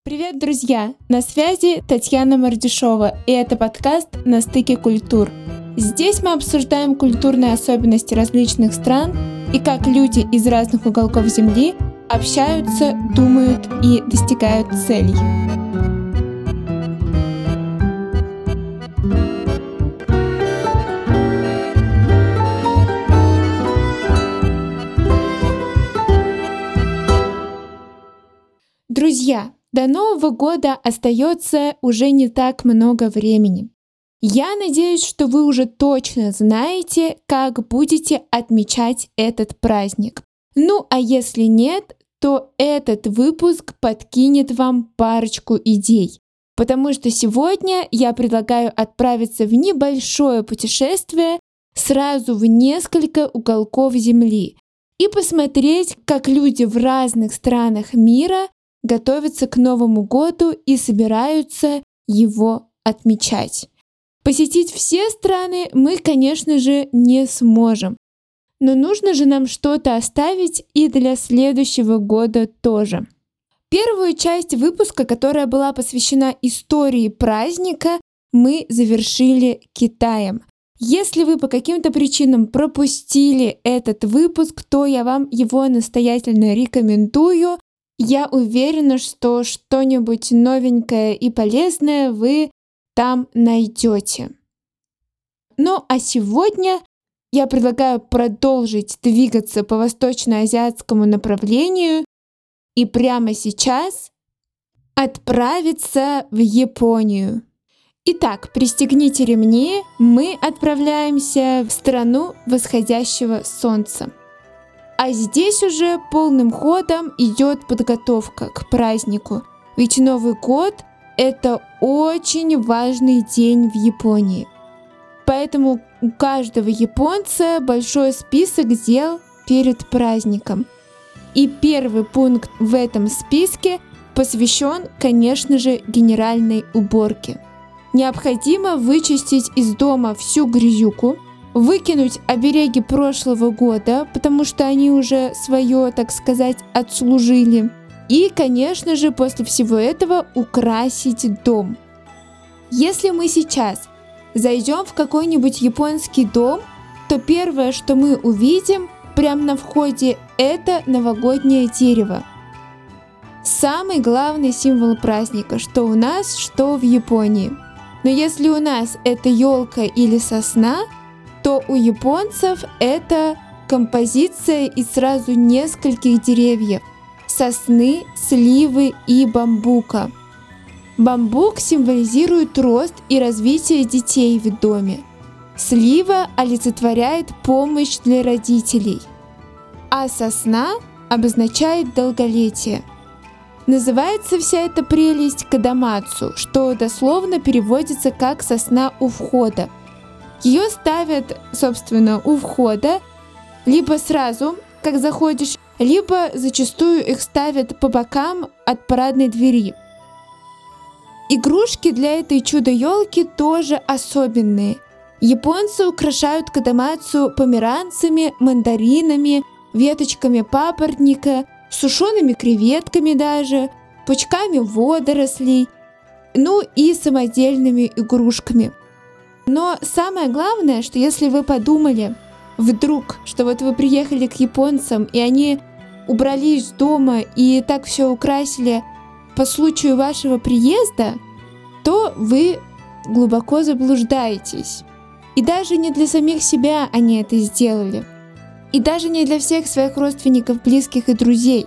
Привет, друзья! На связи Татьяна Мардишова, и это подкаст «На стыке культур». Здесь мы обсуждаем культурные особенности различных стран и как люди из разных уголков Земли общаются, думают и достигают целей. Друзья, до Нового года остается уже не так много времени. Я надеюсь, что вы уже точно знаете, как будете отмечать этот праздник. Ну а если нет, то этот выпуск подкинет вам парочку идей. Потому что сегодня я предлагаю отправиться в небольшое путешествие сразу в несколько уголков Земли и посмотреть, как люди в разных странах мира готовятся к Новому году и собираются его отмечать. Посетить все страны мы, конечно же, не сможем, но нужно же нам что-то оставить и для следующего года тоже. Первую часть выпуска, которая была посвящена истории праздника, мы завершили Китаем. Если вы по каким-то причинам пропустили этот выпуск, то я вам его настоятельно рекомендую. Я уверена, что что-нибудь новенькое и полезное вы там найдете. Ну а сегодня я предлагаю продолжить двигаться по восточно-азиатскому направлению и прямо сейчас отправиться в Японию. Итак, пристегните ремни, мы отправляемся в страну восходящего солнца. А здесь уже полным ходом идет подготовка к празднику. Ведь Новый год — это очень важный день в Японии. Поэтому у каждого японца большой список дел перед праздником. И первый пункт в этом списке посвящен, конечно же, генеральной уборке. Необходимо вычистить из дома всю грязюку, выкинуть обереги прошлого года, потому что они уже свое, так сказать, отслужили. И, конечно же, после всего этого украсить дом. Если мы сейчас зайдем в какой-нибудь японский дом, то первое, что мы увидим прямо на входе, это новогоднее дерево. Самый главный символ праздника, что у нас, что в Японии. Но если у нас это елка или сосна, то у японцев это композиция из сразу нескольких деревьев – сосны, сливы и бамбука. Бамбук символизирует рост и развитие детей в доме. Слива олицетворяет помощь для родителей, а сосна обозначает долголетие. Называется вся эта прелесть кадамацу, что дословно переводится как «сосна у входа». Ее ставят, собственно, у входа, либо сразу, как заходишь, либо зачастую их ставят по бокам от парадной двери. Игрушки для этой чудо-елки тоже особенные. Японцы украшают кадамацу померанцами, мандаринами, веточками папоротника, сушеными креветками даже, пучками водорослей, ну и самодельными игрушками. Но самое главное, что если вы подумали вдруг, что вот вы приехали к японцам, и они убрались дома и так все украсили по случаю вашего приезда, то вы глубоко заблуждаетесь. И даже не для самих себя они это сделали. И даже не для всех своих родственников, близких и друзей.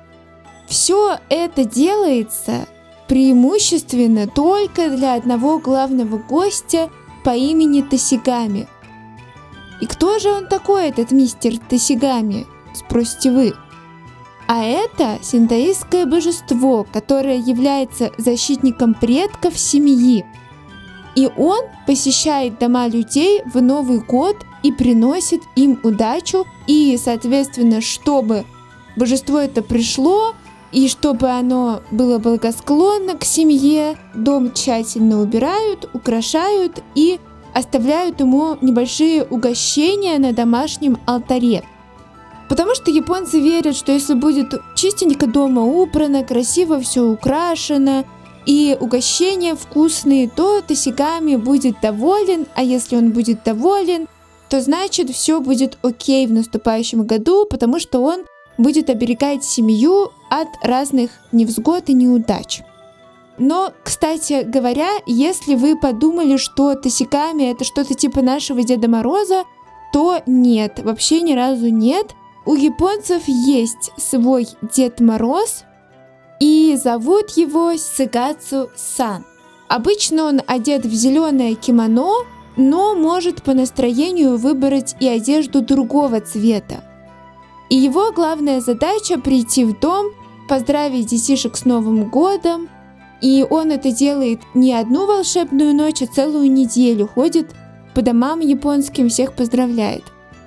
Все это делается преимущественно только для одного главного гостя по имени Тосигами. И кто же он такой, этот мистер Тосигами, спросите вы? А это синтоистское божество, которое является защитником предков семьи. И он посещает дома людей в Новый год и приносит им удачу. И, соответственно, чтобы божество это пришло, и чтобы оно было благосклонно к семье, дом тщательно убирают, украшают и оставляют ему небольшие угощения на домашнем алтаре. Потому что японцы верят, что если будет чистенько дома убрано, красиво все украшено и угощения вкусные, то Тосигами будет доволен, а если он будет доволен, то значит все будет окей в наступающем году, потому что он будет оберегать семью от разных невзгод и неудач. Но, кстати говоря, если вы подумали, что Тосигами это что-то типа нашего Деда Мороза, то нет, вообще ни разу нет. У японцев есть свой Дед Мороз, и зовут его Сигацу-сан. Обычно он одет в зеленое кимоно, но может по настроению выбрать и одежду другого цвета. И его главная задача прийти в дом, поздравить детишек с Новым годом, и он это делает не одну волшебную ночь, а целую неделю, ходит по домам японским, всех поздравляет.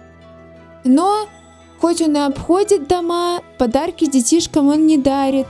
Но хоть он и обходит дома, подарки детишкам он не дарит.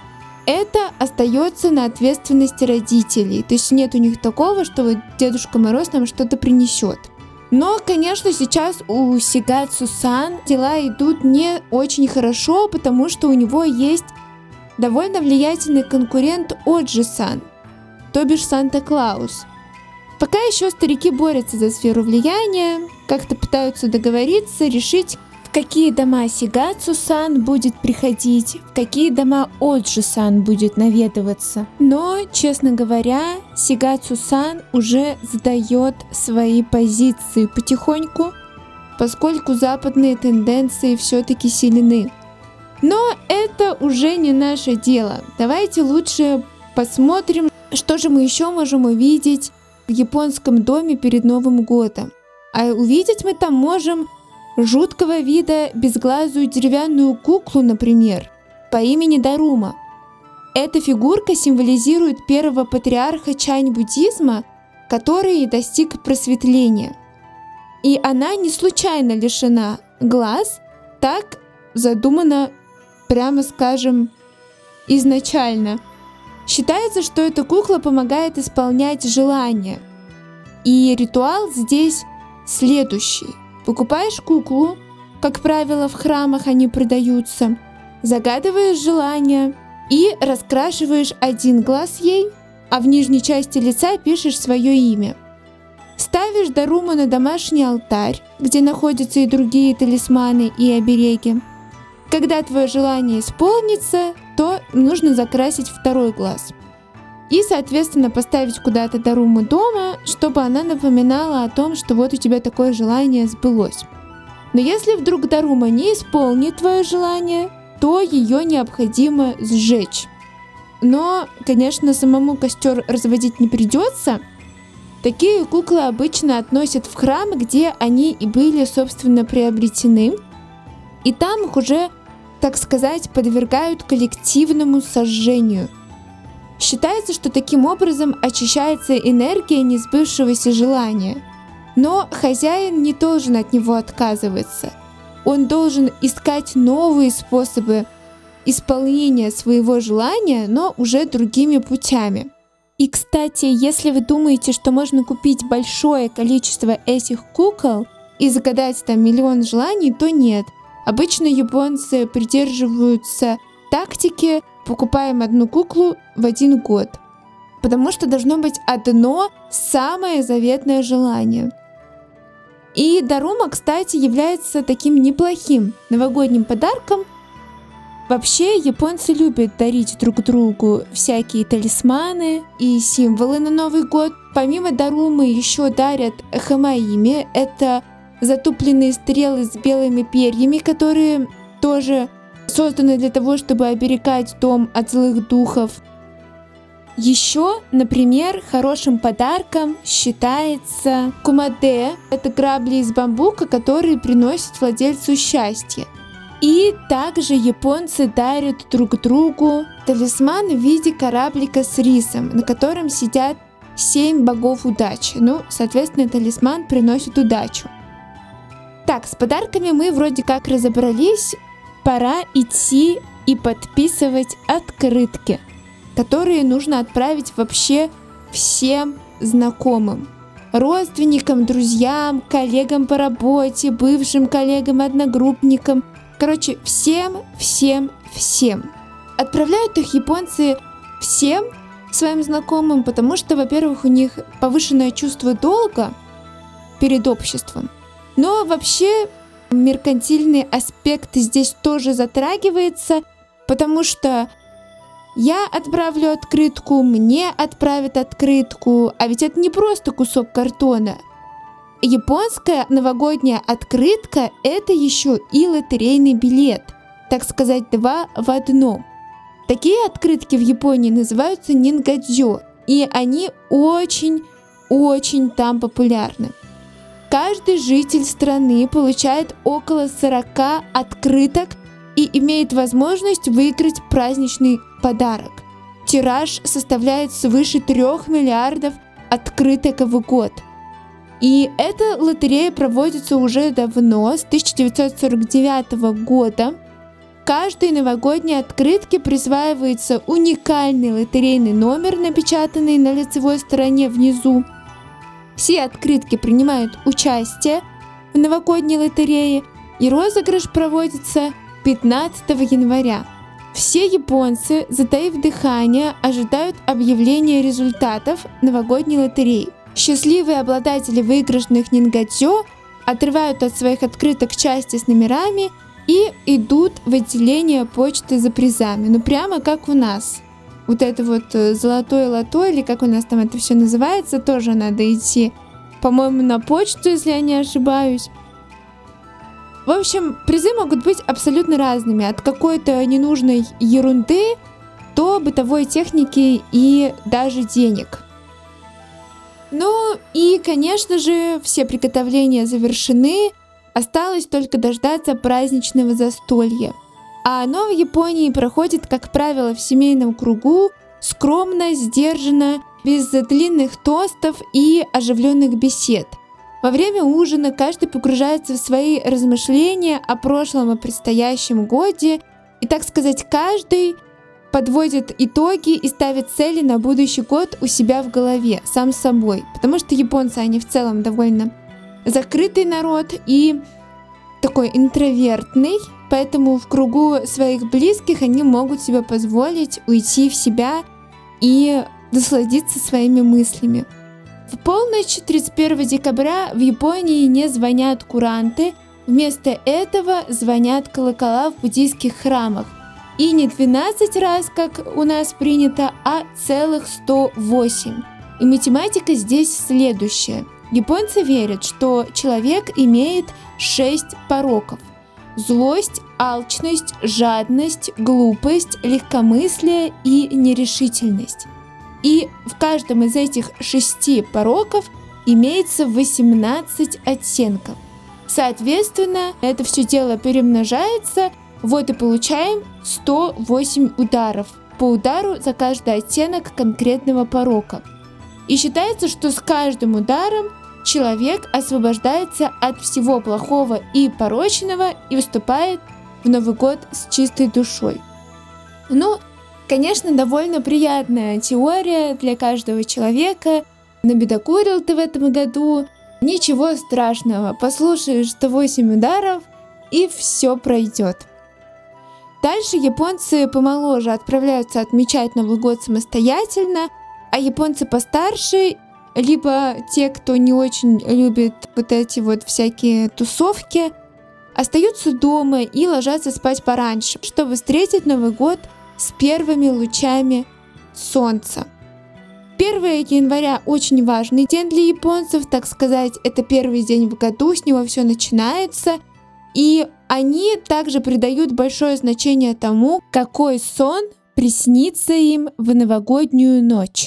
Это остается на ответственности родителей. То есть нет у них такого, что вот Дедушка Мороз нам что-то принесет. Но, конечно, сейчас у Сигацу-сан дела идут не очень хорошо, потому что у него есть довольно влиятельный конкурент Оджи-сан, то бишь Санта-Клаус. Пока еще старики борются за сферу влияния, как-то пытаются договориться, решить, в какие дома Сигацу-сан будет приходить, в какие дома Оджи-сан будет наведываться. Но, честно говоря, Сигацу-сан уже сдает свои позиции потихоньку, поскольку западные тенденции все-таки сильны. Но это уже не наше дело. Давайте лучше посмотрим, что же мы еще можем увидеть в японском доме перед Новым годом. А увидеть мы там можем жуткого вида безглазую деревянную куклу, например, по имени Дарума. Эта фигурка символизирует первого патриарха чань-буддизма, который достиг просветления. И она не случайно лишена глаз, так задумано, прямо скажем, изначально. Считается, что эта кукла помогает исполнять желания. И ритуал здесь следующий. Покупаешь куклу, как правило, в храмах они продаются, загадываешь желание и раскрашиваешь один глаз ей, а в нижней части лица пишешь свое имя. Ставишь Даруму на домашний алтарь, где находятся и другие талисманы и обереги. Когда твое желание исполнится, то нужно закрасить второй глаз. И, соответственно, поставить куда-то Даруму дома, чтобы она напоминала о том, что вот у тебя такое желание сбылось. Но если вдруг Дарума не исполнит твое желание, то ее необходимо сжечь. Но, конечно, самому костер разводить не придется. Такие куклы обычно относят в храм, где они и были, собственно, приобретены. И там их уже, так сказать, подвергают коллективному сожжению. Считается, что таким образом очищается энергия несбывшегося желания. Но хозяин не должен от него отказываться. Он должен искать новые способы исполнения своего желания, но уже другими путями. И, кстати, если вы думаете, что можно купить большое количество этих кукол и загадать там миллион желаний, то нет. Обычно японцы придерживаются тактики «покупаем одну куклу в 1 год», потому что должно быть одно самое заветное желание. И Дарума, кстати, является таким неплохим новогодним подарком. Вообще, японцы любят дарить друг другу всякие талисманы и символы на Новый год. Помимо Дарумы еще дарят хамаими, это затупленные стрелы с белыми перьями, которые тоже созданы для того, чтобы оберегать дом от злых духов. Еще, например, хорошим подарком считается кумаде. Это грабли из бамбука, которые приносят владельцу счастье. И также японцы дарят друг другу талисман в виде кораблика с рисом, на котором сидят 7 богов удачи. Ну, соответственно, талисман приносит удачу. Так, с подарками мы вроде как разобрались. Пора идти и подписывать открытки, которые нужно отправить вообще всем знакомым. Родственникам, друзьям, коллегам по работе, бывшим коллегам, одногруппникам. Короче, всем. Отправляют их японцы всем своим знакомым, потому что, во-первых, у них повышенное чувство долга перед обществом. Но вообще меркантильный аспект здесь тоже затрагивается, потому что я отправлю открытку, мне отправят открытку, а ведь это не просто кусок картона. Японская новогодняя открытка — это еще и лотерейный билет, так сказать, 2 в 1. Такие открытки в Японии называются нингадзё, и они очень там популярны. Каждый житель страны получает около 40 открыток и имеет возможность выиграть праздничный подарок. Тираж составляет свыше 3 миллиардов открыток в год. И эта лотерея проводится уже давно, с 1949 года. Каждой новогодней открытке присваивается уникальный лотерейный номер, напечатанный на лицевой стороне внизу. Все открытки принимают участие в новогодней лотерее, и розыгрыш проводится 15 января. Все японцы, затаив дыхание, ожидают объявления результатов новогодней лотереи. Счастливые обладатели выигрышных нингадзё отрывают от своих открыток части с номерами и идут в отделение почты за призами. Ну прямо как у нас. Вот это вот золотое лото, или как у нас там это все называется, тоже надо идти, по-моему, на почту, если я не ошибаюсь. В общем, призы могут быть абсолютно разными. От какой-то ненужной ерунды до бытовой техники и даже денег. Ну и, конечно же, все приготовления завершены. Осталось только дождаться праздничного застолья. А оно в Японии проходит, как правило, в семейном кругу, скромно, сдержанно, без длинных тостов и оживленных бесед. Во время ужина каждый погружается в свои размышления о прошлом и предстоящем годе, и, так сказать, каждый подводит итоги и ставит цели на будущий год у себя в голове, сам собой. Потому что японцы, они в целом довольно закрытый народ и такой интровертный, поэтому в кругу своих близких они могут себе позволить уйти в себя и насладиться своими мыслями. В полночь 31 декабря в Японии не звонят куранты, вместо этого звонят колокола в буддийских храмах. И не 12 раз, как у нас принято, а целых 108. И математика здесь следующая. Японцы верят, что человек имеет 6 пороков: злость, алчность, жадность, глупость, легкомыслие и нерешительность. И в каждом из этих 6 пороков имеется 18 оттенков. Соответственно, это все дело перемножается, вот и получаем 108 ударов. По удару за каждый оттенок конкретного порока. И считается, что с каждым ударом человек освобождается от всего плохого и порочного и вступает в Новый год с чистой душой. Ну, конечно, довольно приятная теория для каждого человека. Набедокурил ты в этом году, ничего страшного, послушаешь 108 ударов и все пройдет. Дальше японцы помоложе отправляются отмечать Новый год самостоятельно, а японцы постарше, либо те, кто не очень любит вот эти вот всякие тусовки, остаются дома и ложатся спать пораньше, чтобы встретить Новый год с первыми лучами солнца. 1 января очень важный день для японцев, так сказать, это первый день в году, с него все начинается, и они также придают большое значение тому, какой сон приснится им в новогоднюю ночь.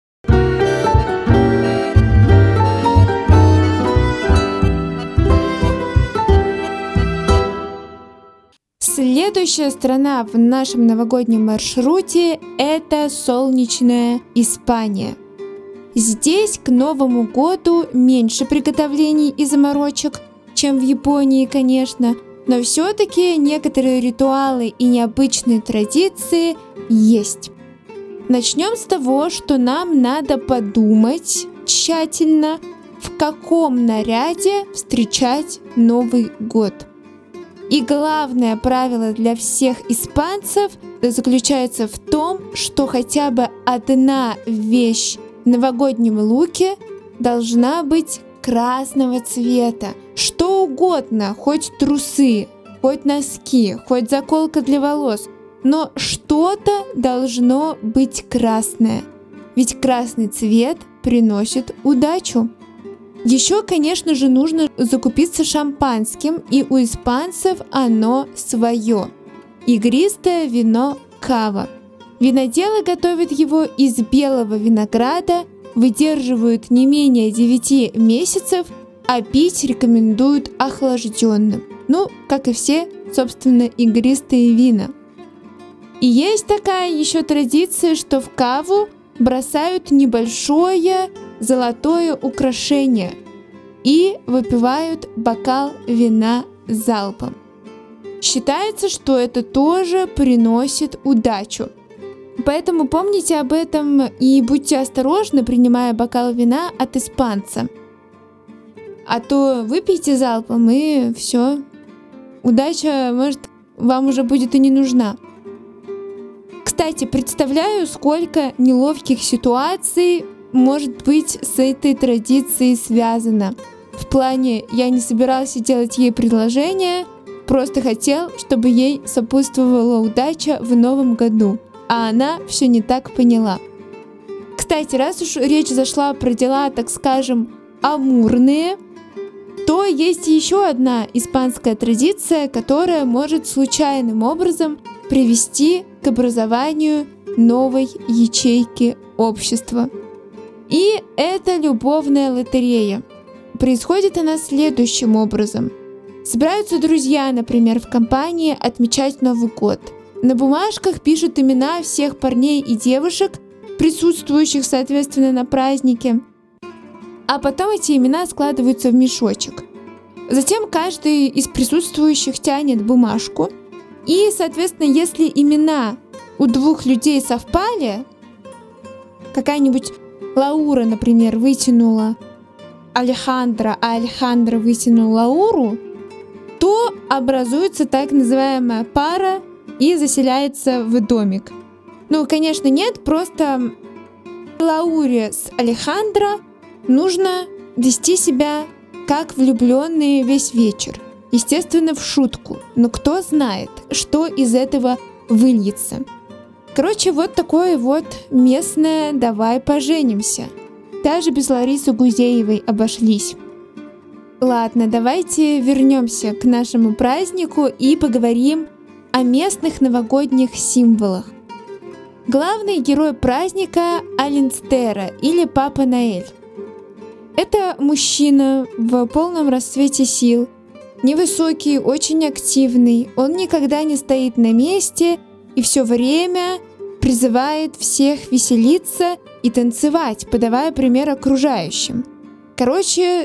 Следующая страна в нашем новогоднем маршруте — это солнечная Испания. Здесь к Новому году меньше приготовлений и заморочек, чем в Японии, конечно, но все-таки некоторые ритуалы и необычные традиции есть. Начнем с того, что нам надо подумать тщательно, в каком наряде встречать Новый год. И главное правило для всех испанцев заключается в том, что хотя бы одна вещь в новогоднем луке должна быть красного цвета. Что угодно, хоть трусы, хоть носки, хоть заколка для волос, но что-то должно быть красное. Ведь красный цвет приносит удачу. Еще, конечно же, нужно закупиться шампанским, и у испанцев оно свое. Игристое вино кава. Виноделы готовят его из белого винограда, выдерживают не менее 9 месяцев, а пить рекомендуют охлажденным. Ну, как и все, собственно, игристые вина. И есть такая еще традиция, что в каву бросают небольшое золотое украшение и выпивают бокал вина залпом. Считается, что это тоже приносит удачу. Поэтому помните об этом и будьте осторожны, принимая бокал вина от испанца. А то выпейте залпом и все. Удача, может, вам уже будет и не нужна. Кстати, представляю, сколько неловких ситуаций может быть с этой традицией связано. В плане, я не собирался делать ей предложение, просто хотел, чтобы ей сопутствовала удача в новом году, а она все не так поняла. Кстати, раз уж речь зашла про дела, так скажем, амурные, то есть еще одна испанская традиция, которая может случайным образом привести к образованию новой ячейки общества. И это любовная лотерея. Происходит она следующим образом. Собираются друзья, например, в компании отмечать Новый год. На бумажках пишут имена всех парней и девушек, присутствующих, соответственно, на празднике. А потом эти имена складываются в мешочек. Затем каждый из присутствующих тянет бумажку. И, соответственно, если имена у двух людей совпали, какая-нибудь Лаура, например, вытянула Алехандро, а Алехандро вытянул Лауру, то образуется так называемая пара и заселяется в домик. Ну, конечно, нет, просто Лауре с Алехандро нужно вести себя как влюбленные весь вечер. Естественно, в шутку, но кто знает, что из этого выльется. Короче, вот такое вот местное «давай поженимся». Даже без Ларисы Гузеевой обошлись. Ладно, давайте вернемся к нашему празднику и поговорим о местных новогодних символах. Главный герой праздника – Алинстера или Папа Ноэль. Это мужчина в полном расцвете сил, невысокий, очень активный, он никогда не стоит на месте и все время призывает всех веселиться и танцевать, подавая пример окружающим. Короче,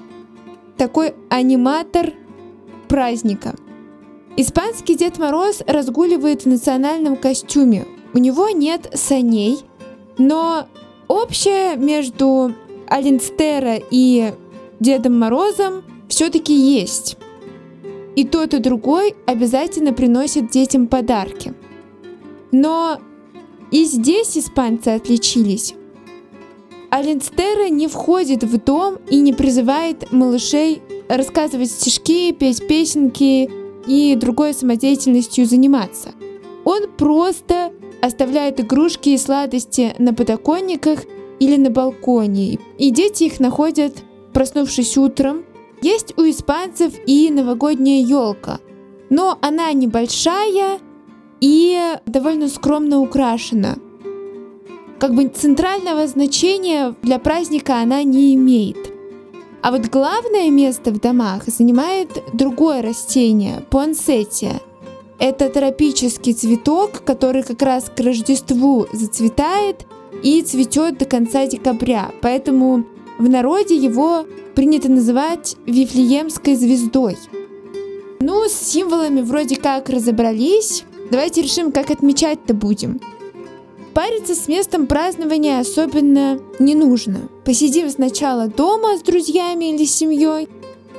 такой аниматор праздника. Испанский Дед Мороз разгуливает в национальном костюме. У него нет саней, но общее между Алинстера и Дедом Морозом все-таки есть. И тот, и другой обязательно приносят детям подарки. Но и здесь испанцы отличились. Алинстера не входит в дом и не призывает малышей рассказывать стишки, петь песенки и другой самодеятельностью заниматься. Он просто оставляет игрушки и сладости на подоконниках или на балконе, и дети их находят, проснувшись утром. Есть у испанцев и новогодняя елка, но она небольшая и довольно скромно украшена. Как бы центрального значения для праздника она не имеет. А вот главное место в домах занимает другое растение – пуансетия. Это тропический цветок, который как раз к Рождеству зацветает и цветет до конца декабря. Поэтому в народе его принято называть Вифлеемской звездой. Ну, с символами вроде как разобрались. Давайте решим, как отмечать-то будем. Париться с местом празднования особенно не нужно. Посидим сначала дома с друзьями или семьей,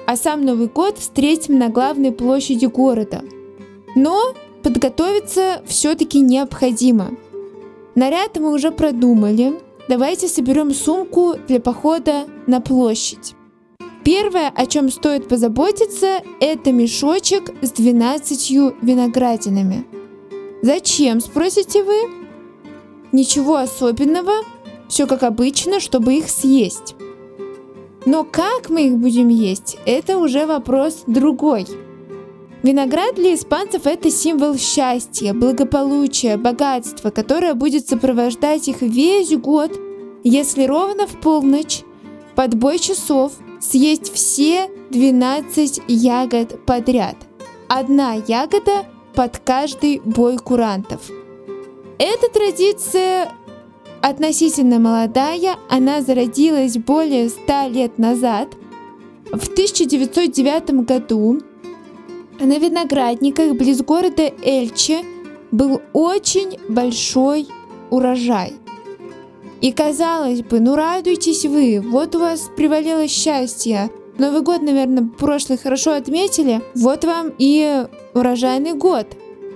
а сам Новый год встретим на главной площади города. Но подготовиться все-таки необходимо. Наряд мы уже продумали. Давайте соберем сумку для похода на площадь. Первое, о чем стоит позаботиться, это мешочек с 12 виноградинами. Зачем, спросите вы? Ничего особенного, все как обычно, чтобы их съесть. Но как мы их будем есть, это уже вопрос другой. Виноград для испанцев это символ счастья, благополучия, богатства, которое будет сопровождать их весь год, если ровно в полночь, под бой часов, съесть все 12 ягод подряд. Одна ягода под каждый бой курантов. Эта традиция относительно молодая, она зародилась более 100 лет назад. В 1909 году на виноградниках близ города Эльче был очень большой урожай. И казалось бы, радуйтесь вы, вот у вас привалило счастье. Новый год, наверное, прошлый хорошо отметили, вот вам и урожайный год.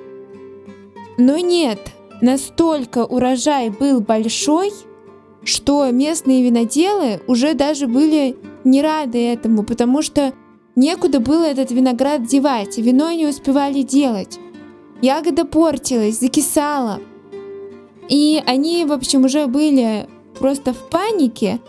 Но нет, настолько урожай был большой, что местные виноделы уже даже были не рады этому, потому что некуда было этот виноград девать, вино не успевали делать. Ягода портилась, закисала. И они, в общем, уже были просто в панике.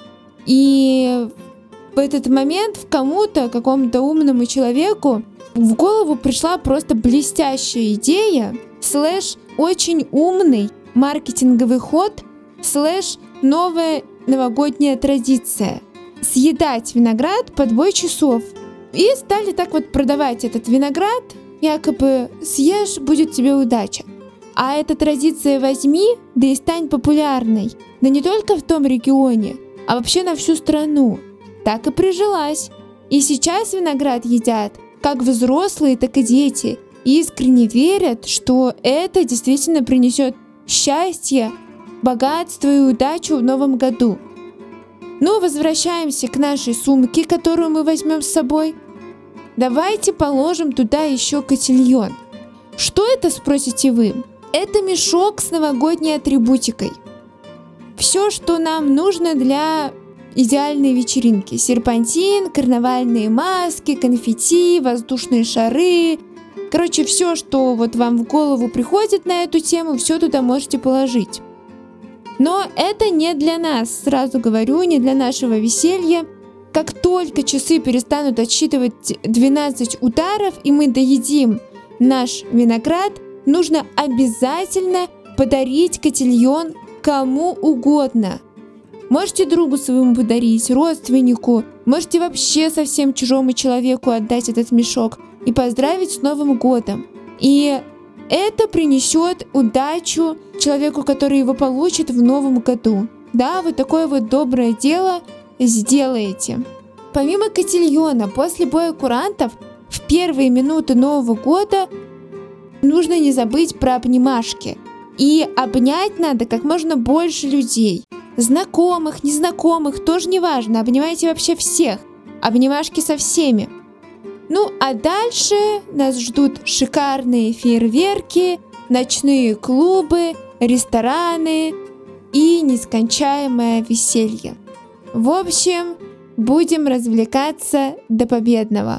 И в этот момент кому-то, какому-то умному человеку в голову пришла просто блестящая идея, очень умный маркетинговый ход, новая новогодняя традиция. Съедать виноград под бой часов. И стали так вот продавать этот виноград, якобы съешь, будет тебе удача. А эта традиция возьми, да и стань популярной. Да не только в том регионе, а вообще на всю страну. Так и прижилась. И сейчас виноград едят как взрослые, так и дети. И искренне верят, что это действительно принесет счастье, богатство и удачу в новом году. Но возвращаемся к нашей сумке, которую мы возьмем с собой. Давайте положим туда еще котельон. Что это, спросите вы? Это мешок с новогодней атрибутикой. Все, что нам нужно для идеальной вечеринки. Серпантин, карнавальные маски, конфетти, воздушные шары. Короче, все, что вот вам в голову приходит на эту тему, все туда можете положить. Но это не для нас, сразу говорю, не для нашего веселья. Как только часы перестанут отсчитывать 12 ударов, и мы доедим наш виноград, нужно обязательно подарить котельон кому угодно. Можете другу своему подарить, родственнику, можете вообще совсем чужому человеку отдать этот мешок и поздравить с Новым годом. И это принесет удачу человеку, который его получит в Новом году. Да, вы такое вот доброе дело сделаете. Помимо котельона, после боя курантов, в первые минуты Нового года нужно не забыть про обнимашки. И обнять надо как можно больше людей. Знакомых, незнакомых, тоже не важно. Обнимайте вообще всех. Обнимашки со всеми. Ну а дальше нас ждут шикарные фейерверки, ночные клубы, рестораны и нескончаемое веселье. В общем, будем развлекаться до победного.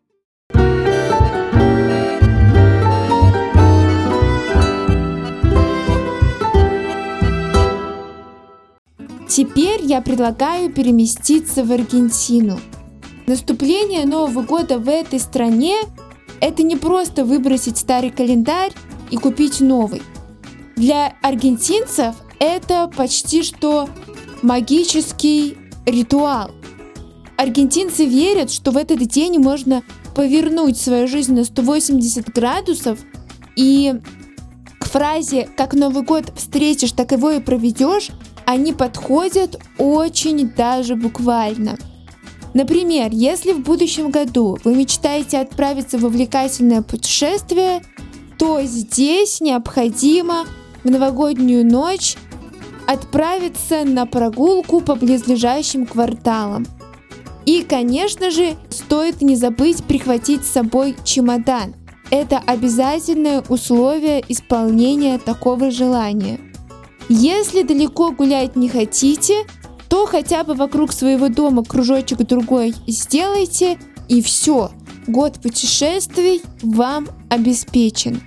Теперь я предлагаю переместиться в Аргентину. Наступление Нового года в этой стране – это не просто выбросить старый календарь и купить новый. Для аргентинцев это почти что магический ритуал. Аргентинцы верят, что в этот день можно повернуть свою жизнь на 180 градусов, и к фразе «как Новый год встретишь, так его и проведешь» они подходят очень даже буквально. Например, если в будущем году вы мечтаете отправиться в увлекательное путешествие, то здесь необходимо в новогоднюю ночь отправиться на прогулку по близлежащим кварталам. И, конечно же, стоит не забыть прихватить с собой чемодан. Это обязательное условие исполнения такого желания. Если далеко гулять не хотите, то хотя бы вокруг своего дома кружочек другой сделайте, и все, год путешествий вам обеспечен.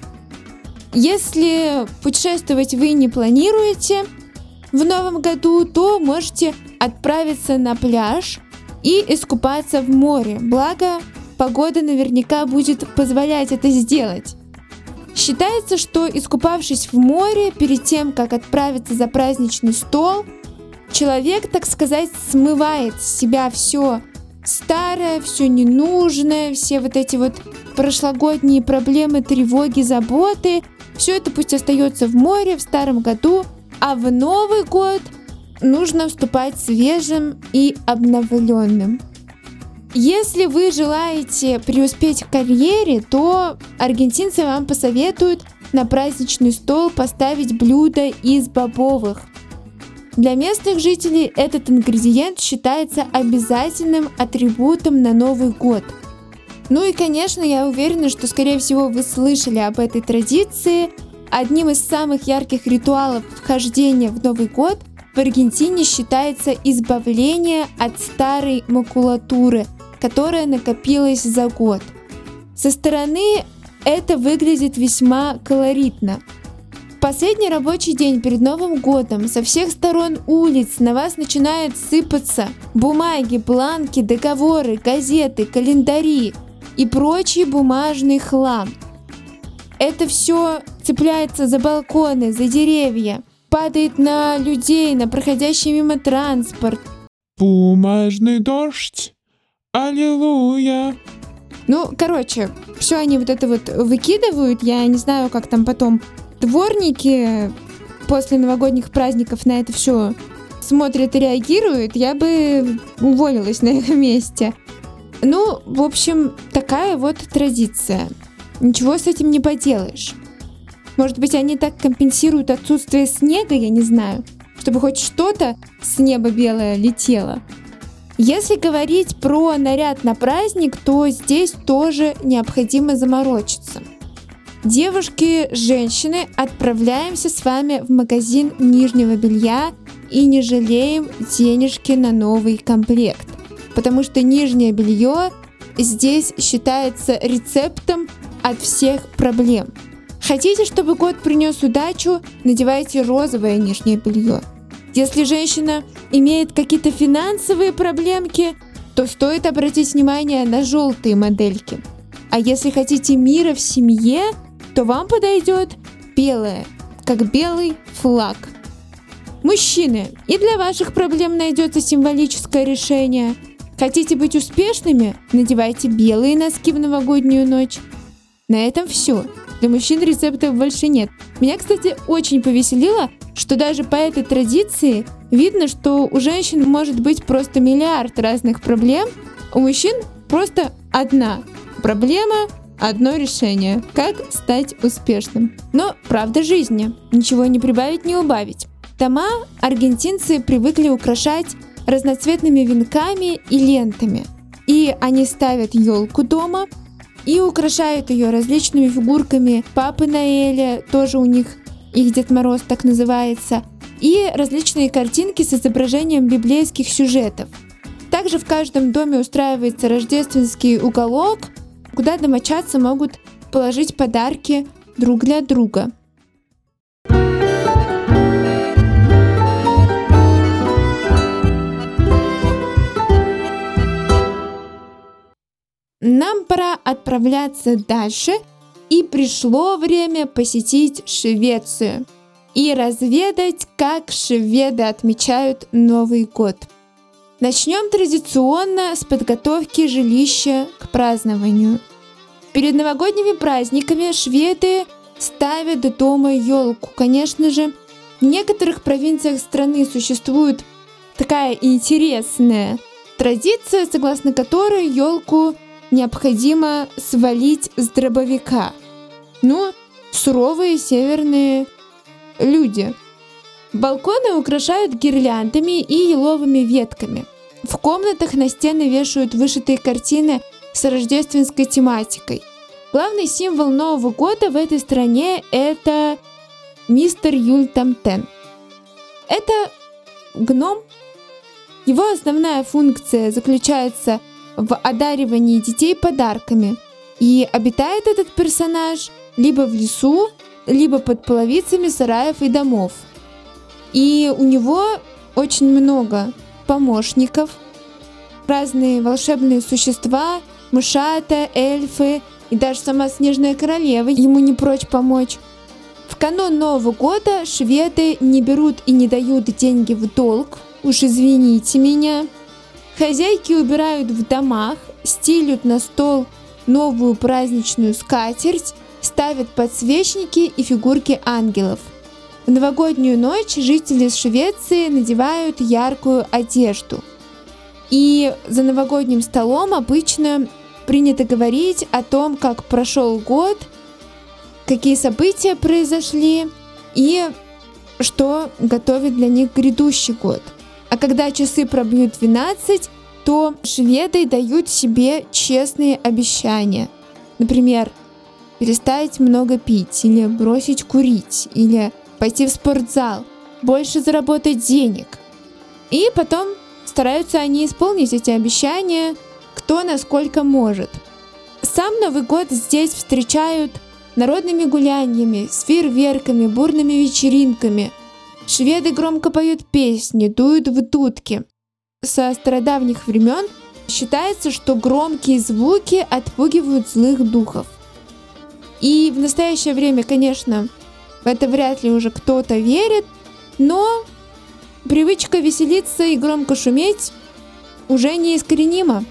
Если путешествовать вы не планируете в новом году, то можете отправиться на пляж и искупаться в море, благо погода наверняка будет позволять это сделать. Считается, что искупавшись в море, перед тем, как отправиться за праздничный стол, человек, так сказать, смывает с себя все старое, все ненужное, все вот эти вот прошлогодние проблемы, тревоги, заботы. Все это пусть остается в море в старом году, а в Новый год нужно вступать свежим и обновленным. Если вы желаете преуспеть в карьере, то аргентинцы вам посоветуют на праздничный стол поставить блюдо из бобовых. Для местных жителей этот ингредиент считается обязательным атрибутом на Новый год. Ну и, конечно, я уверена, что, скорее всего, вы слышали об этой традиции. Одним из самых ярких ритуалов вхождения в Новый год в Аргентине считается избавление от старой макулатуры, которая накопилась за год. Со стороны это выглядит весьма колоритно. В последний рабочий день перед Новым годом со всех сторон улиц на вас начинают сыпаться бумаги, бланки, договоры, газеты, календари и прочий бумажный хлам. Это все цепляется за балконы, за деревья, падает на людей, на проходящий мимо транспорт. Бумажный дождь, аллилуйя. Ну, короче, все они вот это вот выкидывают. Я не знаю, как там потом дворники после новогодних праздников на это все смотрят и реагируют. Я бы уволилась на их месте. Ну, в общем, такая вот традиция. Ничего с этим не поделаешь. Может быть, они так компенсируют отсутствие снега, я не знаю, чтобы хоть что-то с неба белое летело. Если говорить про наряд на праздник, то здесь тоже необходимо заморочиться. Девушки, женщины, отправляемся с вами в магазин нижнего белья и не жалеем денежки на новый комплект. Потому что нижнее белье здесь считается рецептом от всех проблем. Хотите, чтобы год принес удачу, надевайте розовое нижнее белье. Если женщина имеет какие-то финансовые проблемки, то стоит обратить внимание на желтые модельки. А если хотите мира в семье, то вам подойдет белое, как белый флаг. Мужчины, и для ваших проблем найдется символическое решение. Хотите быть успешными? Надевайте белые носки в новогоднюю ночь. На этом все. Для мужчин рецептов больше нет. Меня, кстати, очень повеселило, что даже по этой традиции видно, что у женщин может быть просто миллиард разных проблем, у мужчин просто одна проблема, одно решение – как стать успешным. Но правда жизни, ничего не прибавить, не убавить. Дома аргентинцы привыкли украшать разноцветными венками и лентами. И они ставят елку дома и украшают ее различными фигурками Папы Ноэля, тоже у них их Дед Мороз так называется, и различные картинки с изображением библейских сюжетов. Также в каждом доме устраивается рождественский уголок, куда домочадцы могут положить подарки друг для друга. Нам пора отправляться дальше, и пришло время посетить Швецию и разведать, как шведы отмечают Новый год. Начнем традиционно с подготовки жилища к празднованию. Перед новогодними праздниками шведы ставят дома елку. Конечно же, в некоторых провинциях страны существует такая интересная традиция, согласно которой елку необходимо свалить с дробовика. Ну, суровые северные люди. Балконы украшают гирляндами и еловыми ветками. В комнатах на стены вешают вышитые картины с рождественской тематикой. Главный символ Нового года в этой стране — это мистер Юль Тамтен. Это гном. Его основная функция заключается в одаривании детей подарками. И обитает этот персонаж либо в лесу, либо под половицами сараев и домов. И у него очень много помощников, разные волшебные существа, мышата, эльфы и даже сама Снежная Королева ему не прочь помочь. В канун Нового года шведы не берут и не дают деньги в долг, уж извините меня. Хозяйки убирают в домах, стелют на стол новую праздничную скатерть, ставят подсвечники и фигурки ангелов. В новогоднюю ночь жители Швеции надевают яркую одежду. И за новогодним столом обычно принято говорить о том, как прошел год, какие события произошли и что готовит для них грядущий год. А когда часы пробьют 12, то шведы дают себе честные обещания. Например, перестать много пить, или бросить курить, или пойти в спортзал, больше заработать денег. И потом стараются они исполнить эти обещания, кто насколько может. Сам Новый год здесь встречают народными гуляниями, с фейерверками, бурными вечеринками. Шведы громко поют песни, дуют в дудки. Со стародавних времен считается, что громкие звуки отпугивают злых духов. И в настоящее время, конечно, в это вряд ли уже кто-то верит, но привычка веселиться и громко шуметь уже неискоренима.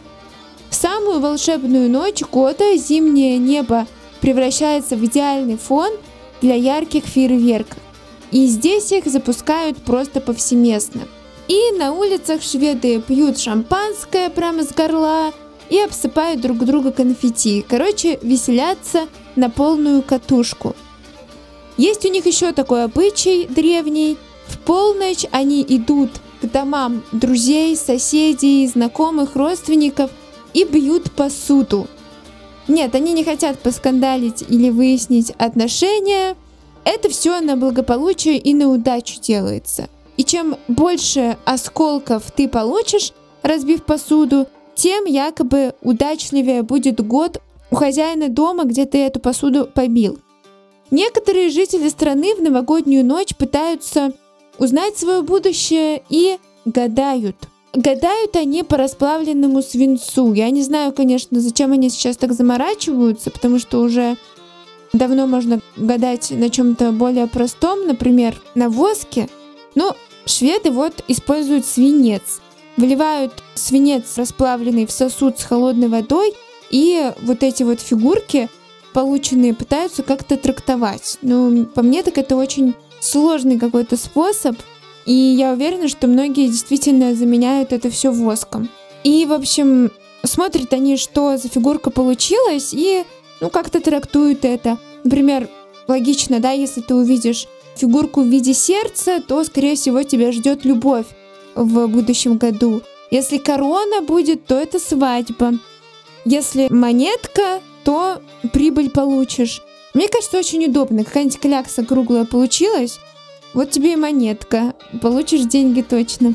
В самую волшебную ночь года зимнее небо превращается в идеальный фон для ярких фейерверков. И здесь их запускают просто повсеместно. И на улицах шведы пьют шампанское прямо с горла и обсыпают друг друга конфетти. Короче, веселятся на полную катушку. Есть у них еще такой обычай древний. В полночь они идут к домам друзей, соседей, знакомых, родственников и бьют посуду. Нет, они не хотят поскандалить или выяснить отношения. Это все на благополучие и на удачу делается. И чем больше осколков ты получишь, разбив посуду, тем якобы удачливее будет год у хозяина дома, где ты эту посуду побил. Некоторые жители страны в новогоднюю ночь пытаются узнать свое будущее и гадают. Гадают они по расплавленному свинцу. Я не знаю, конечно, зачем они сейчас так заморачиваются, потому что уже давно можно гадать на чем-то более простом, например, на воске. Но шведы вот используют свинец. Выливают свинец расплавленный в сосуд с холодной водой, и вот эти вот фигурки, полученные, пытаются как-то трактовать. Ну, по мне, так это очень сложный какой-то способ, и я уверена, что многие действительно заменяют это все воском. И, в общем, смотрят они, что за фигурка получилась, и, как-то трактуют это. Например, логично, да, если ты увидишь фигурку в виде сердца, то, скорее всего, тебя ждет любовь в будущем году. Если корона будет, то это свадьба. Если монетка, то прибыль получишь. Мне кажется, очень удобно. Какая-нибудь клякса круглая получилась, вот тебе и монетка. Получишь деньги точно.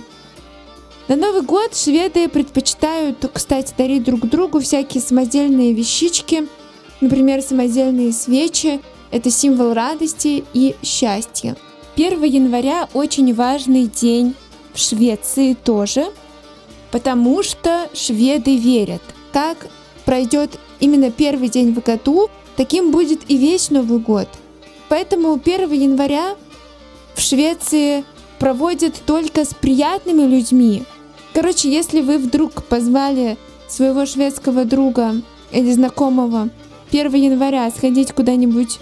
На Новый год шведы предпочитают, кстати, дарить друг другу всякие самодельные вещички. Например, самодельные свечи. Это символ радости и счастья. 1 января очень важный день в Швеции тоже, потому что шведы верят, как пройдет именно первый день в году, таким будет и весь Новый год. Поэтому 1 января в Швеции проводят только с приятными людьми. Короче, если вы вдруг позвали своего шведского друга или знакомого 1 января сходить куда-нибудь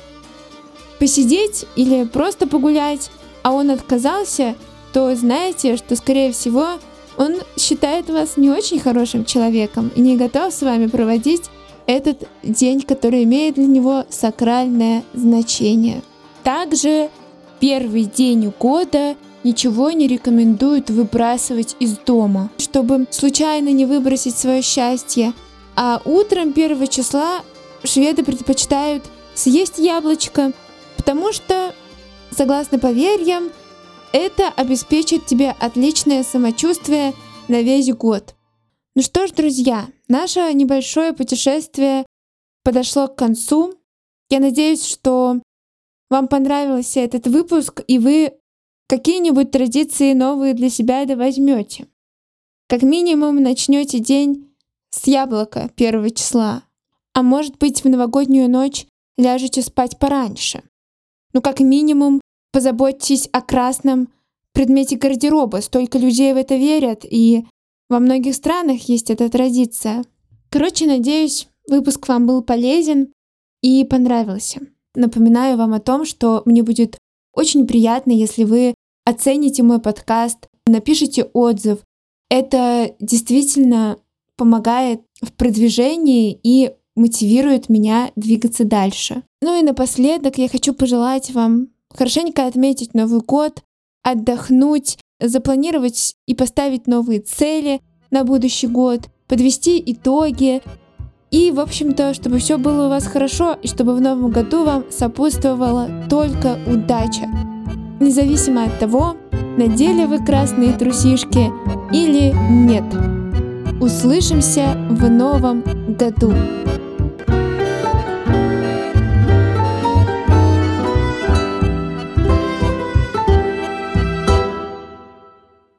посидеть или просто погулять, а он отказался, то знаете, что, скорее всего, он считает вас не очень хорошим человеком и не готов с вами проводить этот день, который имеет для него сакральное значение. Также первый день года ничего не рекомендуют выбрасывать из дома, чтобы случайно не выбросить свое счастье. А утром 1 числа шведы предпочитают съесть яблочко, потому что, согласно поверьям, это обеспечит тебе отличное самочувствие на весь год. Ну что ж, друзья, наше небольшое путешествие подошло к концу. Я надеюсь, что вам понравился этот выпуск, и вы какие-нибудь традиции новые для себя возьмете. Как минимум начнете день с яблока 1 числа, а может быть в новогоднюю ночь ляжете спать пораньше. Ну как минимум позаботьтесь о красном предмете гардероба, столько людей в это верят, и во многих странах есть эта традиция. Короче, надеюсь, выпуск вам был полезен и понравился. Напоминаю вам о том, что мне будет очень приятно, если вы оцените мой подкаст, напишите отзыв. Это действительно помогает в продвижении и мотивирует меня двигаться дальше. Ну и напоследок я хочу пожелать вам хорошенько отметить Новый год, отдохнуть, запланировать и поставить новые цели на будущий год, подвести итоги. И, в общем-то, чтобы все было у вас хорошо, и чтобы в новом году вам сопутствовала только удача. Независимо от того, надели вы красные трусишки или нет. Услышимся в новом году.